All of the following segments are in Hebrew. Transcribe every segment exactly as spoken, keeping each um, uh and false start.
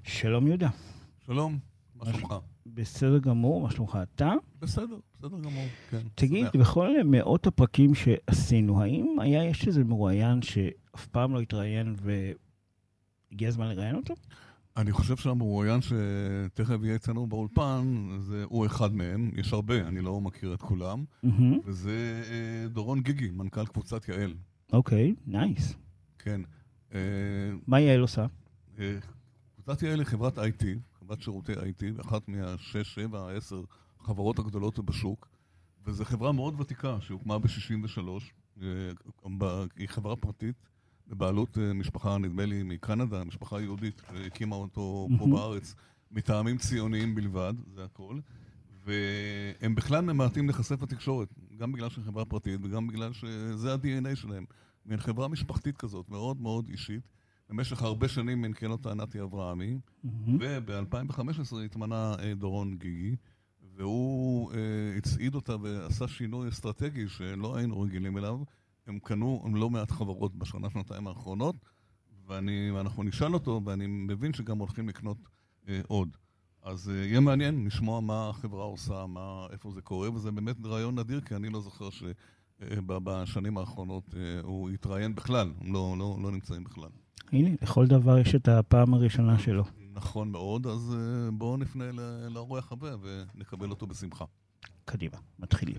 שלום יהודה. שלום, מה שלומך? בסדר גמור, מה שלומך אתה? בסדר, בסדר גמור, כן. תגיד, בכל מאות הפרקים שעשינו, האם היה יש איזה מרואיין שאף פעם לא התראיין והגיע הזמן לראיין אותו? אני חושב שהמרואיין שתכף יהיה אצלנו באולפן, זה הוא אחד מהם, יש הרבה, אני לא מכיר את כולם, וזה דורון גיגי, מנכ"ל קבוצת יעל. אוקיי, נייס. כן. מה יעל עושה? קבוצת יעל היא חברת איי טי, חברת שירותי איי טי, אחת מהשש, שבע, עשר חברות הגדולות בשוק, וזו חברה מאוד ותיקה שהוקמה ב-שישים ושלוש, היא חברה פרטית, בבעלות משפחה, נדמה לי, מקנדה, משפחה יהודית, שהקימה אותו פה בארץ, מטעמים ציוניים בלבד, זה הכל, והם בכלל ממעטים לחשף התקשורת, גם בגלל שהיא חברה פרטית, וגם בגלל שזה ה-די אן איי שלהם, מין חברה משפחתית כזאת, מאוד מאוד אישית, במשך הרבה שנים מנכ"ל אותה נתי אברהמי, וב-אלפיים וחמש עשרה התמנה דורון גיגי, והוא הצעיד אותה ועשה שינוי אסטרטגי שלא היינו רגילים אליו. הם קנו לא מעט חברות בשנה שנתיים האחרונות, ואני, ואנחנו נשאל אותו, ואני מבין שגם הולכים לקנות אה, עוד. אז אה, יהיה מעניין לשמוע מה החברה עושה, מה, איפה זה קורה, וזה באמת רעיון נדיר, כי אני לא זוכר שבשנים האחרונות אה, הוא התראיין בכלל, הם לא, לא, לא נמצאים בכלל. הנה, לכל דבר יש את הפעם הראשונה שלו. נכון מאוד, אז אה, בואו נפנה לאורח הבא ונקבל אותו בשמחה. קדימה, מתחילים.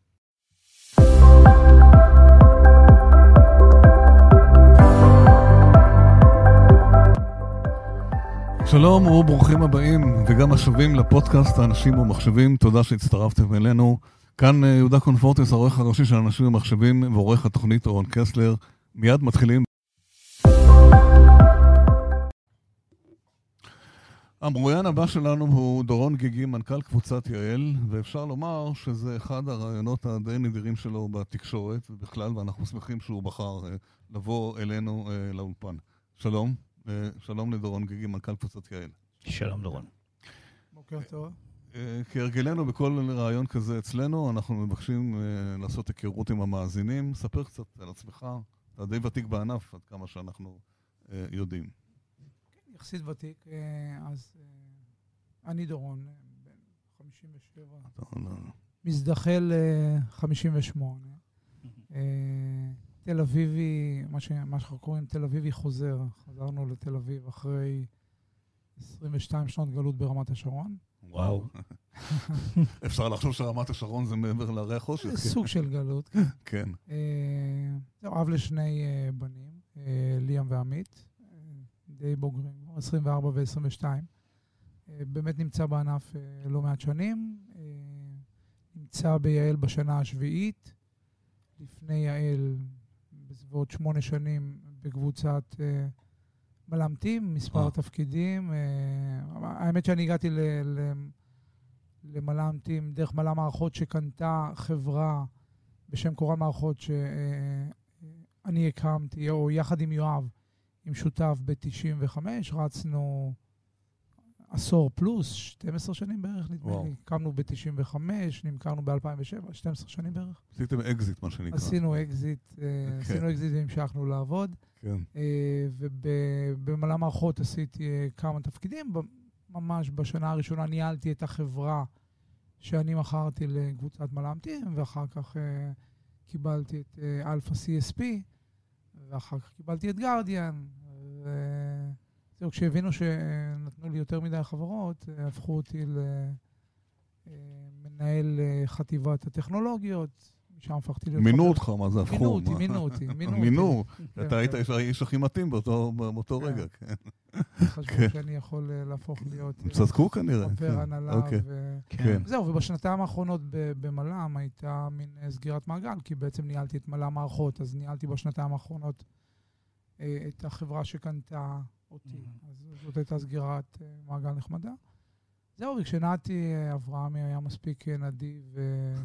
שלום וברוכים הבאים וגם השבים לפודקאסט האנשים ומחשבים. תודה שהצטרפתם אלינו. כאן יהודה קונפורטס, העורך הראשי של אנשים ומחשבים ועורך התוכנית אורן קסלר. מיד מתחילים. המרואיין הבא שלנו הוא דורון גיגי, מנכ"ל קבוצת יעל, ואפשר לומר שזה אחד הרעיונות הדי נדירים שלו בתקשורת ובכלל, ואנחנו שמחים שהוא בחר לבוא אלינו לאולפן. שלום. שלום לדורון גיגי, מנכ"ל קבוצת יעל. שלום דורון. בוקר טוב. כהרגלנו בכל רעיון כזה אצלנו, אנחנו מבקשים לעשות היכרות עם המאזינים. ספר קצת על עצמך, אתה די ותיק בענף, עד כמה שאנחנו יודעים. כן, יחסית ותיק. אז אני דורון, בן חמישים ושבע. מזדחל חמישים ושמונה. תל אביבי, מה שאנחנו קוראים תל אביבי חוזר. חזרנו לתל אביב אחרי עשרים ושתיים שנות גלות ברמת השרון. וואו. אפשר לחשוב שרמת השרון זה מעבר להרי החושך. סוג של גלות. כן. זהו, אב לשני בנים, ליאם ועמית, די בוגרים, עשרים וארבע ו-עשרים ושתיים. באמת נמצא בענף לא מעט שנים. נמצא ביעל בשנה השביעית. לפני יעל בסביבות שמונה שנים בקבוצת אה, מלמתים, מספר תפקידים. אה, האמת שאני הגעתי ל, ל, למלמתים דרך מלם מערכות שקנתה חברה בשם קורל מערכות שאני אה, הקמתי, או יחד עם יואב, עם שותף ב-תשעים וחמש, רצנו עשור פלוס, שתים עשרה שנים בערך, נדמה לי. קמנו ב-תשעים וחמש, נמכרנו ב-אלפיים ושבע, שתים עשרה שנים בערך. עשיתם אקזיט, מה שנקרא. עשינו אקזיט, עשינו אקזיט והמשכנו לעבוד. כן. ובמלא מערכות עשיתי כמה תפקידים. ממש בשנה הראשונה ניהלתי את החברה שאני מכרתי לקבוצת מלמתים, ואחר כך קיבלתי את אלפא סי אס פי, ואחר כך קיבלתי את גרדיאן, ו... זהו, כשהבינו שנתנו לי יותר מדי חברות, הפכו אותי למנהל חטיבת הטכנולוגיות, משם הפכתי להיות... מינו אותך, מה זה הפכו? מינו אותי, מינו אותי, מינו אותי. מינו, אתה היית האיש הכי מתאים באותו רגע, כן. חשבו שאני יכול להפוך להיות... צדקו כנראה. חבר הנהלה וזהו, ובשנתיים האחרונות במלם הייתה מין סגירת מעגל, כי בעצם ניהלתי את מלם מערכות, אז ניהלתי בשנתיים האחרונות את החברה שקנתה אותי. אז זאת הייתה סגירת מעגל נחמדה. זהו, וכשנעתי, אברהמי היה מספיק נדיב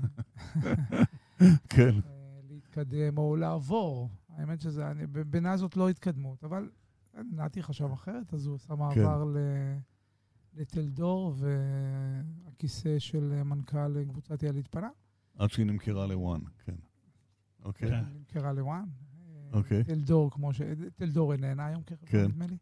להתקדם או לעבור. האמת שזה, בעיניי זאת לא התקדמות, אבל נעתי חשב אחרת, אז הוא עשה מעבר לטלדור, והכיסא של מנכ"ל קבוצת יעל התפנה. עד שהיא נמכרה לוואן, כן. אוקיי. נמכרה לוואן. אוקיי. טלדור, כמו ש... טלדור איננה היום ככה, נדמה לי.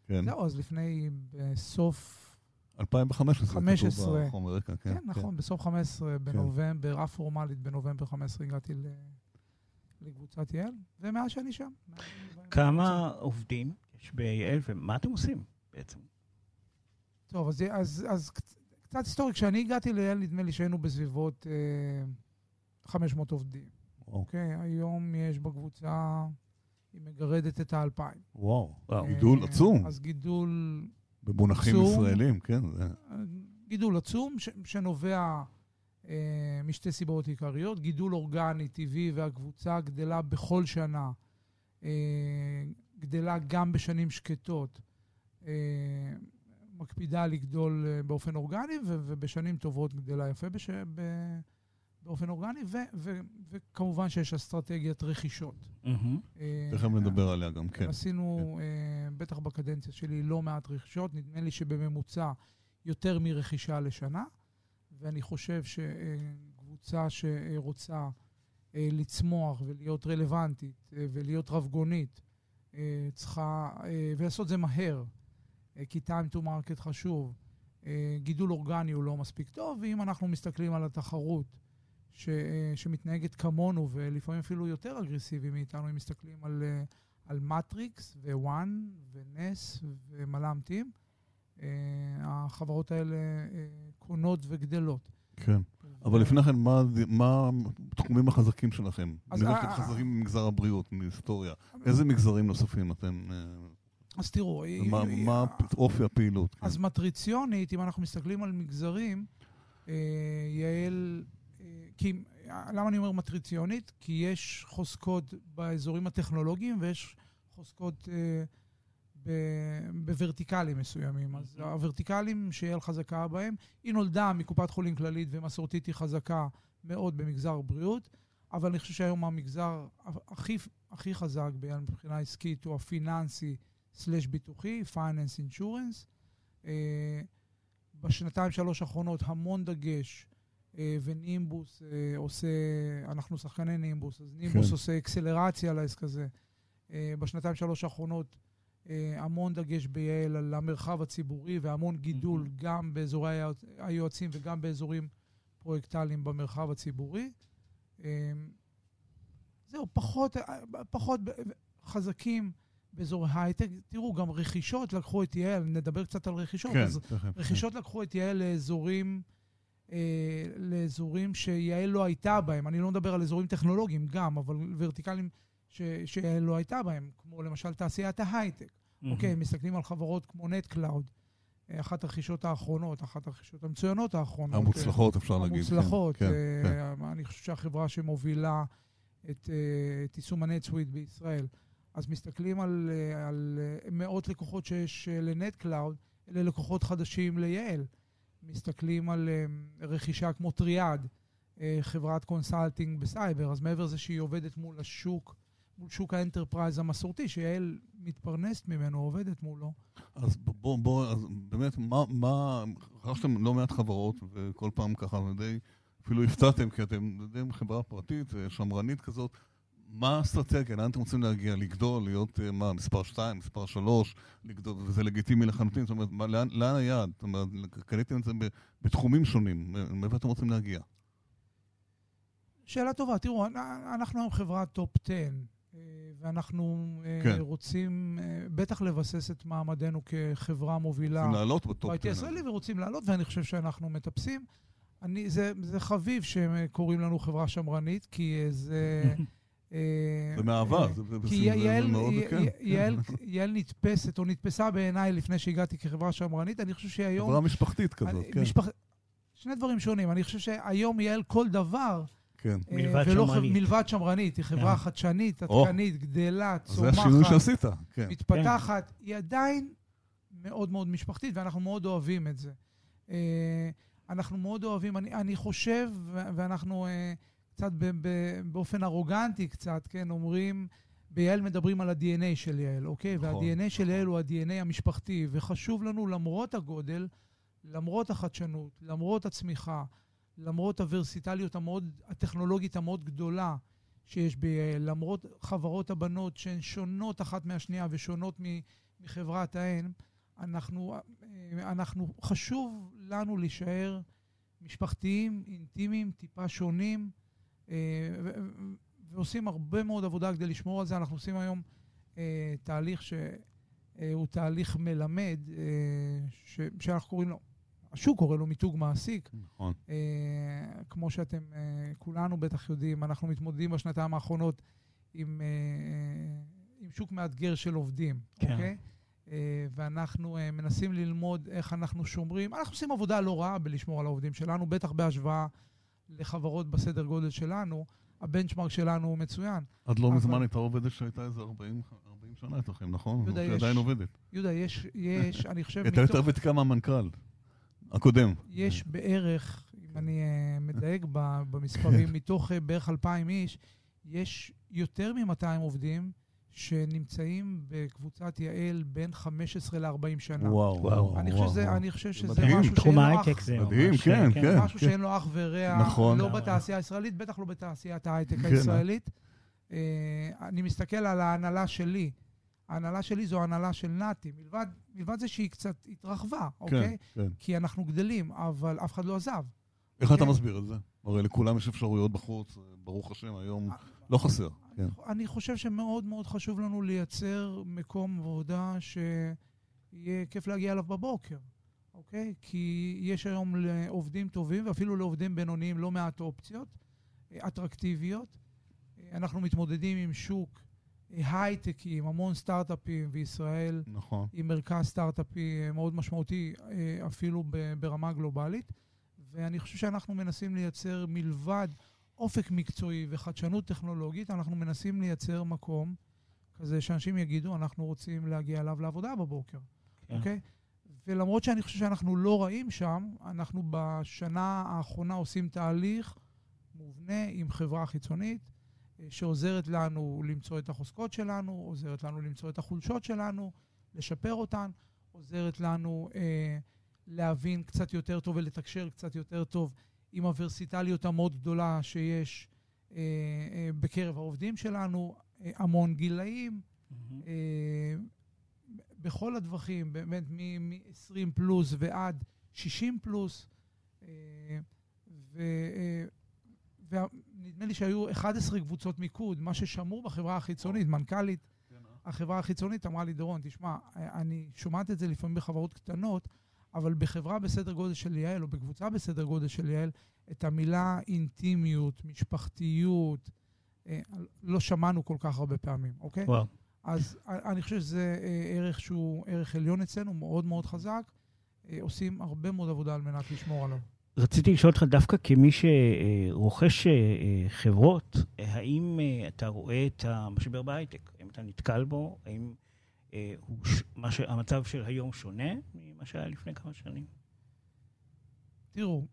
כן. זהו, אז לפני, בסוף... אלפיים וחמש עשרה, חמש עשרה. כתוב בחומר רקע, כן. כן, נכון, בסוף חמש עשרה, בנובמבר, אף פורמלית, בנובמבר חמש עשרה הגעתי לקבוצת יעל, ומאז שאני שם. כמה עובדים יש ביעל, ומה אתם עושים בעצם? טוב, אז, אז, אז קצת היסטורי, כשאני הגעתי ליעל, נדמה לי שהיינו בסביבות אה, חמש מאות עובדים. אוקיי, היום יש בקבוצה, היא מגרדת את האלפיים. וואו, גידול עצום. אז גידול... במונחים ישראלים, כן. גידול עצום, ש, שנובע אה, משתי סיבות עיקריות. גידול אורגני, טבעי, והקבוצה גדלה בכל שנה. אה, גדלה גם בשנים שקטות. אה, מקפידה לגדול באופן אורגני, ו- ובשנים טובות גדלה יפה בש- ב- באופן אורגני, ו- ו- וכמובן שיש אסטרטגיית רכישות. תכף נדבר עליה גם, כן. עשינו, בטח בקדנציה שלי, לא מעט רכישות, נדמה לי שבממוצע יותר מרכישה לשנה, ואני חושב שקבוצה שרוצה לצמוח ולהיות רלוונטית ולהיות רבגונית, צריכה, ולעשות זה מהר, כי time to market חשוב. גידול אורגני הוא לא מספיק טוב, ואם אנחנו מסתכלים על התחרות ש, שמתנהגת כמונו, ולפעמים אפילו יותר אגרסיבי מאיתנו, אם מסתכלים על, על מטריקס ווואן ונס ומלאמטים, החברות האלה קונות וגדלות. כן, אבל לפני כן, מה, מה התחומים החזקים שלכם? נלך חזקים ממגזר הבריאות, מהיסטוריה. איזה מגזרים נוספים אתם... אז תראו... מה אופי הפעילות? אז מטריציונית, אם אנחנו מסתכלים על מגזרים, יעל... כי, למה אני אומר מטריציונית? כי יש חוזקות באזורים הטכנולוגיים ויש חוזקות בוורטיקלים מסוימים. אז הוורטיקלים שיעל חזקה בהם, היא נולדה מקופת חולים כללית ומסורתית היא חזקה מאוד במגזר בריאות, אבל אני חושב שהיום המגזר הכי, הכי חזק ביעל מבחינה עסקית הוא הפיננסי סלש ביטוחי, finance insurance. בשנתיים שלוש האחרונות המון דגש, ונימבוס עושה, אנחנו שחקני נימבוס, אז נימבוס עושה אקסלרציה לעסק הזה. בשנתיים שלוש האחרונות המון דגש ביעל על המרחב הציבורי והמון גידול גם באזורי היועצים וגם באזורים פרויקטליים במרחב הציבורי. זהו, פחות, פחות חזקים באזורי הייטק. תראו, גם רכישות לקחו את יעל, נדבר קצת על רכישות. כן, אז תכף. רכישות לקחו את יעל לאזורים, אה, לאזורים שיעל לא הייתה בהם. אני לא מדבר על אזורים טכנולוגיים גם, אבל ורטיקלים ש, שיעל לא הייתה בהם, כמו למשל תעשיית ההייטק. Mm-hmm. אוקיי, מסתכלים על חברות כמו נטקלאוד, אחת הרכישות האחרונות, אחת הרכישות המצוינות האחרונות. המוצלחות, אפשר להגיד. המוצלחות. כן, אה, כן. אני חושב שהחברה שמובילה את, אה, את יישום הנטסוויט בישראל. אז מסתכלים על, על מאות לקוחות שיש לנטקלאוד, אלה לקוחות חדשים ליעל. מסתכלים על רכישה כמו טריאד, חברת קונסלטינג בסייבר, אז מעבר זה שהיא עובדת מול השוק, מול שוק האנטרפרייז המסורתי, שיעל מתפרנסת ממנו, עובדת מולו. אז בוא, בוא, אז באמת, מה, מה, רכשתם לא מעט חברות, וכל פעם ככה, די, אפילו הפתעתם, כי אתם די חברה פרטית, שמרנית כזאת, מה האסטרטגיה? לאן אתם רוצים להגיע? לגדול, להיות, מה, מספר שתיים, מספר שלוש, לגדול, וזה לגיטימי לחלוטין, זאת אומרת, מה, לאן, לאן היעד? זאת אומרת, קניתם את זה בתחומים שונים, מאיפה אתם רוצים להגיע? שאלה טובה, תראו, אנחנו היום חברת טופ עשר, ואנחנו כן. רוצים בטח לבסס את מעמדנו כחברה מובילה. רוצים לעלות בטופ עשר. ב-איי טי ישראלי, ורוצים לעלות, ואני חושב שאנחנו מטפסים. אני, זה, זה חביב שהם קוראים לנו חברה שמרנית, כי זה... זה מאהבה, כי יעל נתפסת, או נתפסה בעיניי לפני שהגעתי כחברה שמרנית, אני חושב שהיום... חברה משפחתית כזאת, כן. שני דברים שונים, אני חושב שהיום יעל כל דבר... כן. מלבד שמרנית. מלבד שמרנית, היא חברה חדשנית, עדכנית, גדלה, צומחת. זה השינוי שעשית, כן. מתפתחת, היא עדיין מאוד מאוד משפחתית, ואנחנו מאוד אוהבים את זה. אנחנו מאוד אוהבים, אני חושב, ואנחנו... קצת באופן ארוגנטי קצת, כן, אומרים, ביעל מדברים על ה-די אן איי של יעל, אוקיי? וה-די אן איי של יעל הוא ה-די אן איי המשפחתי, וחשוב לנו למרות הגודל, למרות החדשנות, למרות הצמיחה, למרות הוורסיטליות המאוד, הטכנולוגית המאוד גדולה שיש ביעל, למרות חברות הבנות שהן שונות אחת מהשנייה ושונות מחברת האם, אנחנו, אנחנו חשוב לנו להישאר משפחתיים, אינטימיים, טיפה שונים, ועושים הרבה מאוד עבודה כדי לשמור על זה. אנחנו עושים היום תהליך שהוא תהליך מלמד, שאנחנו קוראים לו, השוק קורא לו מיתוג מעסיק. נכון. כמו שאתם כולנו בטח יודעים, אנחנו מתמודדים בשנתיים האחרונות עם, עם שוק מאתגר של עובדים, כן. אוקיי? ואנחנו מנסים ללמוד איך אנחנו שומרים. אנחנו עושים עבודה לא רעה בלשמור על העובדים שלנו, בטח בהשוואה לחברות בסדר גודל שלנו. הבנצ'מרק שלנו הוא מצוין. עד לא מזמן הייתה עובדת שהייתה איזה ארבעים שנה אצלכם, נכון? יהודה, יש... שעדיין עובדת. יהודה, יש, יש, אני חושב... הייתה יותר ותיקה מהמנכ"ל הקודם. יש בערך, אם אני מדייק במספרים, מתוך בערך אלפיים איש, יש יותר מ-מאתיים עובדים שנמצאים בקבוצת יעל בין חמש עשרה ל-ארבעים שנה. וואו, וואו. אני חושב שזה, אני חושב שזה מדהים, משהו תחום שאין לו ההייטק אח, זה מדהים, כן, כן. משהו שאין לו אח ורע, נכון. לא בתעשייה הישראלית, בטח לא בתעשיית ההייטק הישראלית. אני מסתכל על ההנהלה שלי. ההנהלה שלי זו ההנהלה של נתי, מלבד, מלבד זה שהיא קצת התרחבה, אוקיי? כן. כי אנחנו גדלים, אבל אף אחד לא עזב. איך אתה מסביר את זה? הרי לכולם יש אפשרויות בחוץ, ברוך השם, היום לא חסר. אני חושב שמאוד מאוד חשוב לנו לייצר מקום עבודה שיהיה כיף להגיע אליו בבוקר, אוקיי? כי יש היום לעובדים טובים ואפילו לעובדים בינוניים לא מעט אופציות אטרקטיביות. אנחנו מתמודדים עם שוק הייטקים, המון סטארט-אפים בישראל, נכון. עם מרכז סטארט-אפי מאוד משמעותי אפילו ברמה גלובלית, ואני חושב שאנחנו מנסים לייצר מלבד אופק מקצועי וחדשנות טכנולוגית, אנחנו מנסים לייצר מקום כזה שאנשים יגידו, אנחנו רוצים להגיע אליו לעבודה בבוקר, כן. אוקיי? ולמרות שאני חושב שאנחנו לא רעים שם, אנחנו בשנה האחרונה עושים תהליך מובנה עם חברה חיצונית, שעוזרת לנו למצוא את החוזקות שלנו, עוזרת לנו למצוא את החולשות שלנו, לשפר אותן, עוזרת לנו אה, להבין קצת יותר טוב ולתקשר קצת יותר טוב עם הוורסיטליות המאוד גדולה שיש אה, אה, בקרב העובדים שלנו, אה, המון גילאים, mm-hmm. אה, בכל הדרכים, באמת מ-עשרים פלוס ועד שישים פלוס, אה, ו... אה, ונדמה לי שהיו אחת עשרה קבוצות מיקוד, מה ששמור בחברה החיצונית, מנכ"לית החברה החיצונית אמרה לי, דורון, תשמע, אני שומעת את זה לפעמים בחברות קטנות, אבל בחברה בסדר גודל של יעל, או בקבוצה בסדר גודל של יעל, את המילה אינטימיות, משפחתיות, לא שמענו כל כך הרבה פעמים, אוקיי? וואו. אז אני חושב שזה ערך שהוא ערך עליון אצלנו, מאוד מאוד חזק, עושים הרבה מאוד עבודה על מנת לשמור עליו. רציתי לשאול אותך דווקא כמי שרוכש חברות, האם אתה רואה את המשבר בהייטק? האם אתה נתקל בו? האם המצב של היום שונה ממה שהיה לפני כמה שנים? תראו,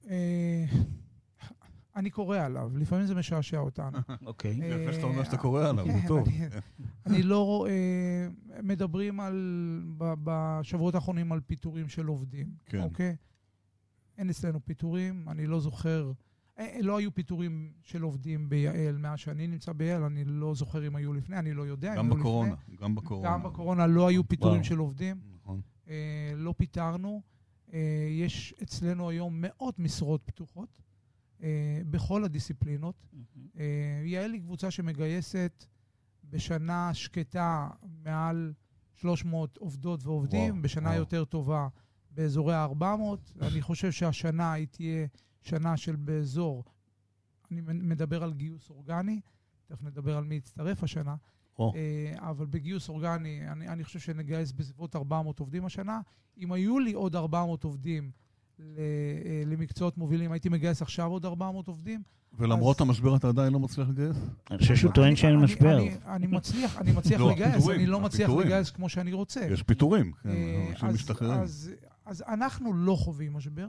אני קורא עליו, לפעמים זה משעשע אותנו. אוקיי. יפה שאתה אומר שאתה קורא עליו, זה טוב. אני לא רואה, מדברים בשבועות האחרונים על פיטורים של עובדים, אוקיי? אין אצלנו פיטורים, אני לא זוכר, לא היו פיטורים של עובדים ביעל, מאז שאני נמצא ביעל, אני לא זוכר אם היו לפני, אני לא יודע. גם בקורונה, גם בקורונה. גם בקורונה לא היו פיטורים של עובדים, לא פיטרנו. יש אצלנו היום מאות משרות פתוחות, בכל הדיסציפלינות. יעל היא קבוצה שמגייסת בשנה שקטה מעל שלוש מאות עובדות ועובדים, בשנה יותר טובה, באזורי ה-ארבע מאות, אני חושב שהשנה היא תהיה שנה של באזור, אני מדבר על גיוס אורגני, תכף נדבר על מי יצטרף השנה, oh. אבל בגיוס אורגני, אני, אני חושב שנגייס בסביבות ארבע מאות עובדים השנה. אם היו לי עוד ארבע מאות עובדים למקצועות מובילים, הייתי מגייס עכשיו עוד ארבע מאות עובדים. ולמרות המשבר אתה עדיין לא מצליח לגייס? אני חושב שהוא טוען שאין משבר. אני מצליח, אני מצליח לגייס, אני לא מצליח לגייס כמו שאני רוצה. יש פיטורים, אנשים משתחררים. אז אנחנו לא חווים משבר.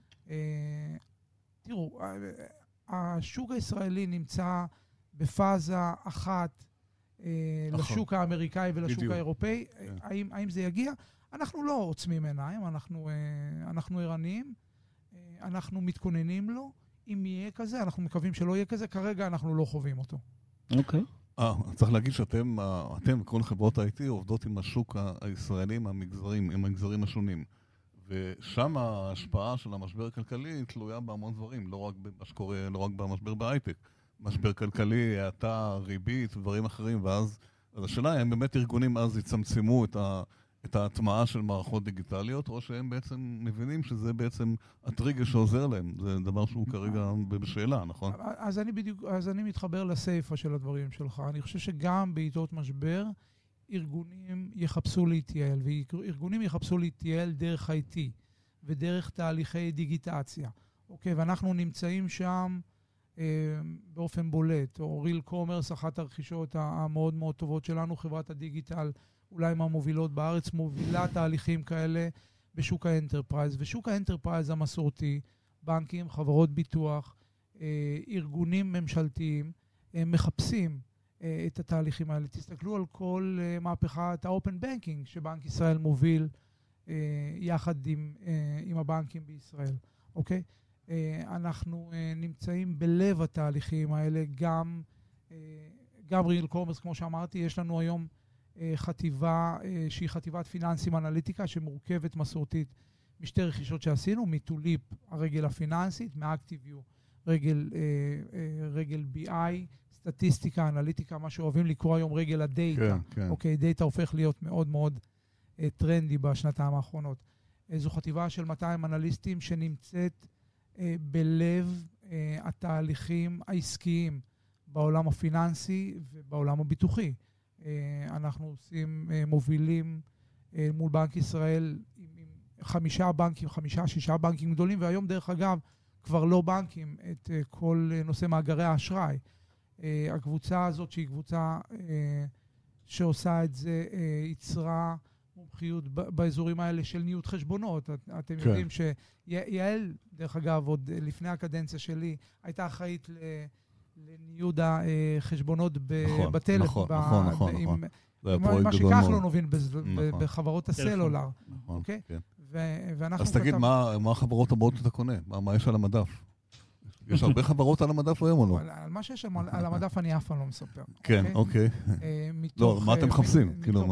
תראו, השוק הישראלי נמצא בפאזה אחת לשוק האמריקאי ולשוק האירופאי. האם זה יגיע? אנחנו לא עוצמים עיניים, אנחנו ערניים, אנחנו מתכוננים לו. אם יהיה כזה, אנחנו מקווים שלא יהיה כזה, כרגע אנחנו לא חווים אותו. אוקיי. אה, צריך להגיד שאתם, אתם, כל חברות ה-איי טי עובדות עם השוק הישראלי, עם המגזרים, עם המגזרים השונים. ושם ההשפעה של המשבר הכלכלי תלויה בהמון דברים, לא רק במה שקורה, לא רק במשבר בהייטק. משבר כלכלי, האטה, ריבית, דברים אחרים, ואז, אז השאלה, הם באמת ארגונים אז יצמצמו את ה... את ההטמעה של מערכות דיגיטליות, או שהם בעצם מבינים שזה בעצם הטריגר שעוזר להם. זה דבר שהוא כרגע בשאלה, נכון? אז אני בדיוק, אז אני מתחבר לסייפה של הדברים שלך. אני חושב שגם בעיתות משבר, ארגונים יחפשו להתייעל, וארגונים יחפשו להתייעל דרך איי טי, ודרך תהליכי דיגיטציה. אוקיי, ואנחנו נמצאים שם אה, באופן בולט, או ריל קומרס, אחת הרכישות המאוד מאוד טובות שלנו, חברת הדיגיטל, אולי מהמובילות בארץ, מובילה תהליכים כאלה בשוק האנטרפרייז. ושוק האנטרפרייז המסורתי, בנקים, חברות ביטוח, אה, ארגונים ממשלתיים, אה, מחפשים אה, את התהליכים האלה. תסתכלו על כל אה, מהפכת האופן בנקינג, שבנק ישראל מוביל אה, יחד עם, אה, עם הבנקים בישראל. אוקיי? אה, אנחנו אה, נמצאים בלב התהליכים האלה, גם, אה, גם ריל קומרס, כמו שאמרתי, יש לנו היום חטיבה שהיא חטיבת פיננסים אנליטיקה שמורכבת מסורתית משתי רכישות שעשינו, מטוליפ הרגל הפיננסית, מאקטיביו רגל, רגל בי איי, סטטיסטיקה, אנליטיקה, מה שאוהבים לקרוא היום רגל הדאטה. כן, כן. אוקיי, דאטה הופך להיות מאוד מאוד טרנדי בשנתיים האחרונות. זו חטיבה של מאתיים אנליסטים שנמצאת בלב התהליכים העסקיים בעולם הפיננסי ובעולם הביטוחי. אנחנו עושים מובילים מול בנק ישראל עם, עם חמישה בנקים, חמישה, שישה בנקים גדולים, והיום דרך אגב כבר לא בנקים, את כל נושא מאגרי האשראי. הקבוצה הזאת שהיא קבוצה שעושה את זה, יצרה מומחיות באזורים האלה של ניוד חשבונות. אתם כן. יודעים שיעל, דרך אגב, עוד לפני הקדנציה שלי, הייתה אחראית ל... לניוד החשבונות נכון, בטלפון. נכון, נכון, נכון, נכון. מה שכך לא נובין בחברות הסלולר. נכון, כן. אז תגיד, מה החברות הבאות שאתה קונה? מה יש על המדף? יש הרבה חברות על המדף היום או לא? על מה שיש על המדף אני אף פעם לא מספר. כן, אוקיי. לא, מה אתם מחפשים?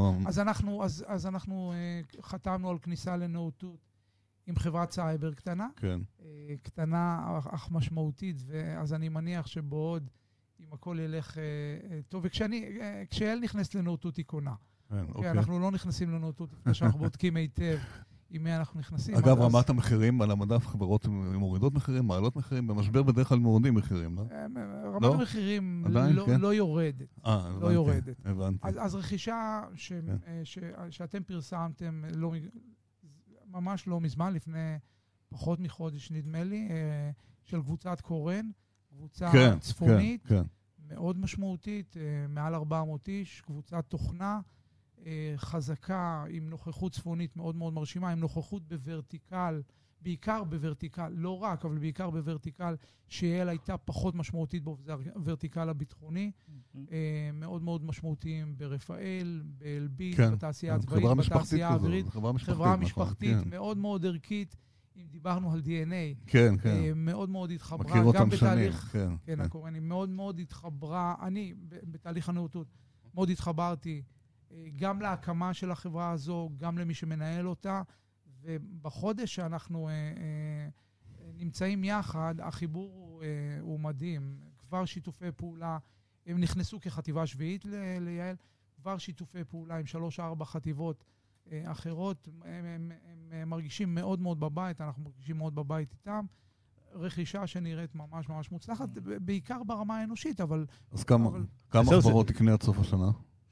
אז אנחנו חתמנו על כניסה לנאותות עם חברת סייבר קטנה, כן. קטנה אך משמעותית, ואז אני מניח שבעוד, אם הכל ילך טוב, וכשאני, כשאל נכנס לנאותות היא קונה. כן, אוקיי. אנחנו לא נכנסים לנאותות, לפני שאנחנו בודקים היטב עם מי אנחנו נכנסים. אגב, רמת המחירים על המדף, חברות מורידות מחירים, מעלות מחירים, במשבר בדרך כלל מורידים מחירים, לא? רמת המחירים לא יורדת. אה, לא יורדת. הבנתי. אז רכישה שאתם פרסמתם, לא... ממש לא מזמן, לפני פחות מחודש נדמה לי, של קבוצת קורן, קבוצה כן, צפונית, כן, כן. מאוד משמעותית, מעל ארבע מאות איש, קבוצת תוכנה חזקה, עם נוכחות צפונית מאוד מאוד מרשימה, עם נוכחות בוורטיקל, בעיקר בוורטיקל, לא רק, אבל בעיקר בוורטיקל, שיעל הייתה פחות משמעותית בו, זה הוורטיקל הביטחוני, mm-hmm. מאוד מאוד משמעותיים ברפאל, באלביט, כן, בתעשייה כן, הצבאית, בתעשייה האווירית, חברה משפחתית, חברה משפחתית כן. מאוד מאוד ערכית, אם דיברנו על די אן איי, כן, כן. מאוד מאוד התחברה, מכיר אותם גם שנים, בתהליך, כן, כן, כן. הקורני, מאוד מאוד התחברה, אני בתהליך הנאותות, מאוד התחברתי, גם להקמה של החברה הזו, גם למי שמנהל אותה, ובחודש שאנחנו אה, אה, נמצאים יחד, החיבור הוא, אה, הוא מדהים. כבר שיתופי פעולה, הם נכנסו כחטיבה שביעית ל- ליעל, כבר שיתופי פעולה עם שלוש ארבע חטיבות אה, אחרות, הם, הם, הם, הם מרגישים מאוד מאוד בבית, אנחנו מרגישים מאוד בבית איתם. רכישה שנראית ממש ממש מוצלחת, בעיקר ברמה האנושית, אבל... אז כמה, אבל... כמה חברות תקנה עד סוף השנה?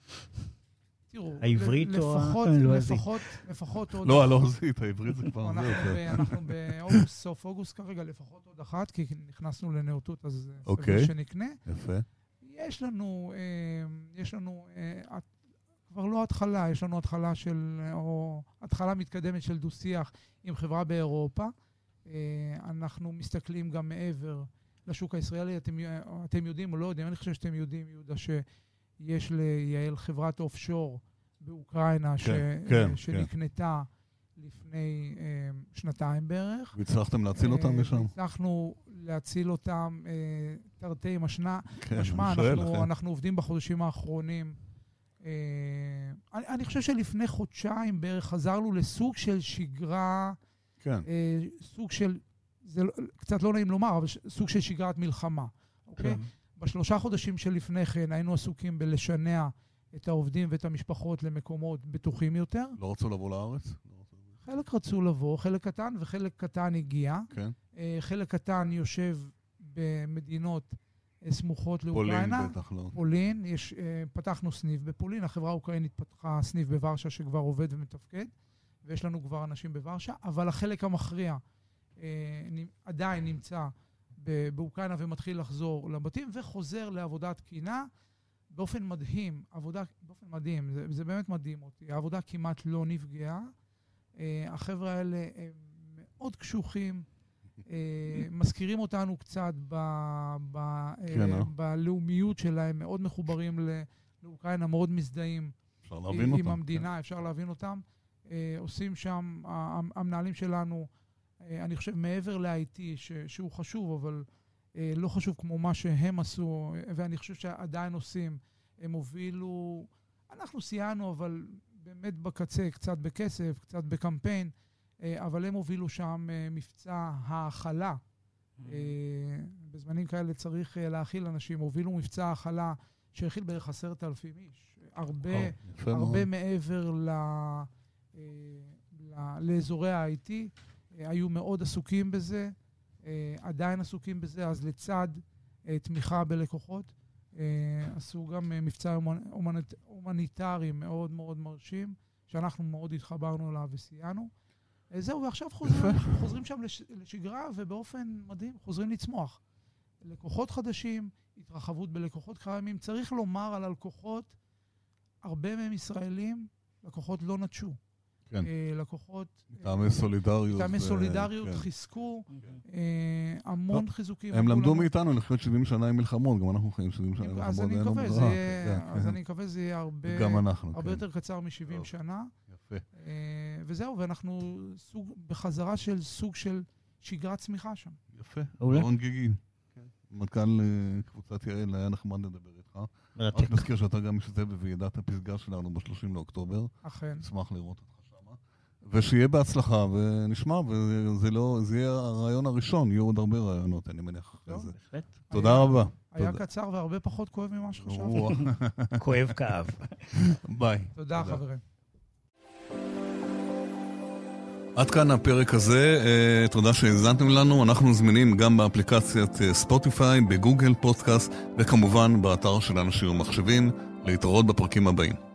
תראו, העברית או הלועזית? לפחות, לפחות עוד... לא, הלועזית, העברית זה כבר... אנחנו באוגוסט, סוף אוגוסט כרגע, לפחות עוד אחת, כי נכנסנו לנאותות, אז סביר שנקנה. יפה. יש לנו, יש לנו, כבר לא התחלה, יש לנו התחלה של, או התחלה מתקדמת של דו-שיח עם חברה באירופה. אנחנו מסתכלים גם מעבר לשוק הישראלי, אתם יודעים או לא יודעים, אני חושב שאתם יודעים, יהודה, ש... יש ליעל חברת אופשור באוקראינה כן, ש... כן, שנקנתה כן. לפני אה, שנתיים בערך. והצלחתם להציל אותם משם? הצלחנו להציל אותם אה, תרתי משמע. כן, משמע, אני שואל אנחנו, לכם. אנחנו עובדים בחודשים האחרונים. אה, אני, אני חושב שלפני חודשיים בערך חזרנו לסוג של שגרה, כן. אה, סוג של, זה לא, קצת לא נעים לומר, אבל סוג של שגרת מלחמה. אוקיי? כן. בשלושה חודשים שלפני כן היינו עסוקים בלשנע את העובדים ואת המשפחות למקומות בטוחים יותר. לא רצו לבוא לארץ? חלק רצו לבוא, חלק קטן וחלק קטן הגיע. כן. חלק קטן יושב במדינות סמוכות לאוקראינה. פולין בטח לא. פולין, יש, פתחנו סניף בפולין, החברה האוקראינית פתחה סניף בוורשה שכבר עובד ומתפקד, ויש לנו כבר אנשים בוורשה, אבל החלק המכריע עדיין נמצא באוקראינה ומתחיל לחזור לבתים, וחוזר לעבודה תקינה באופן מדהים, עבודה, באופן מדהים, זה, זה באמת מדהים אותי, העבודה כמעט לא נפגעה, uh, החבר'ה האלה הם מאוד קשוחים, uh, מזכירים אותנו קצת ב, ב, כן, uh, אה? בלאומיות שלהם, מאוד מחוברים ל, לאוקראינה, מאוד מזדהים אפשר להבין עם אותם. המדינה, כן. אפשר להבין אותם, uh, עושים שם, המנהלים שלנו, אני חושב מעבר ל-איי טי, שהוא חשוב, אבל אה, לא חשוב כמו מה שהם עשו, ואני חושב שעדיין עושים. הם הובילו, אנחנו סייענו, אבל באמת בקצה, קצת בכסף, קצת בקמפיין, אה, אבל הם הובילו שם אה, מבצע האכלה. אה, בזמנים כאלה צריך אה, להאכיל אנשים. הובילו מבצע האכלה שהכיל בערך עשרת אלפים איש. הרבה, יפה הרבה מאוד. מעבר ל, אה, ל, לאזורי ה-איי טי. היו מאוד עסוקים בזה, עדיין עסוקים בזה, אז לצד תמיכה בלקוחות, עשו גם מבצע הומניטרי מאוד מאוד מרשים, שאנחנו מאוד התחברנו אליו וסייענו. זהו, ועכשיו חוזרים, חוזרים שם לש, לשגרה, ובאופן מדהים חוזרים לצמוח. לקוחות חדשים, התרחבות בלקוחות קיימים. צריך לומר על הלקוחות, הרבה מהם ישראלים, לקוחות לא נטשו. כן. לקוחות... מטעמי סולידריות. מטעמי סולידריות, חיזקו, המון חיזוקים. הם למדו מאיתנו לחיות שבעים שנה עם מלחמות, גם אנחנו חיים שבעים שנה עם מלחמות. אז אני מקווה, אז אני מקווה זה יהיה הרבה יותר קצר מ-שבעים שנה. יפה. וזהו, ואנחנו בחזרה של סוג של שגרת צמיחה שם. יפה. רון גיגי. מנכ"ל קבוצת יעל, היה נחמד לדבר איתך. רק נזכיר שאתה גם משתתף בוועידת הפסגה שלנו ב-שלושים לאוקטובר. אכן. נשמח לראות אותך שמה. ושיהיה בהצלחה, ונשמע, וזה לא, זה יהיה הרעיון הראשון, יהיו עוד הרבה רעיונות, אני מניח אחרי זה. תודה רבה. היה קצר והרבה פחות כואב ממה שחשבתי. כואב כאב. ביי. תודה חברים. עד כאן הפרק הזה, תודה שהזנתם לנו, אנחנו זמינים גם באפליקציית ספוטיפיי, בגוגל פודקאסט, וכמובן באתר של אנשים ומחשבים, להתראות בפרקים הבאים.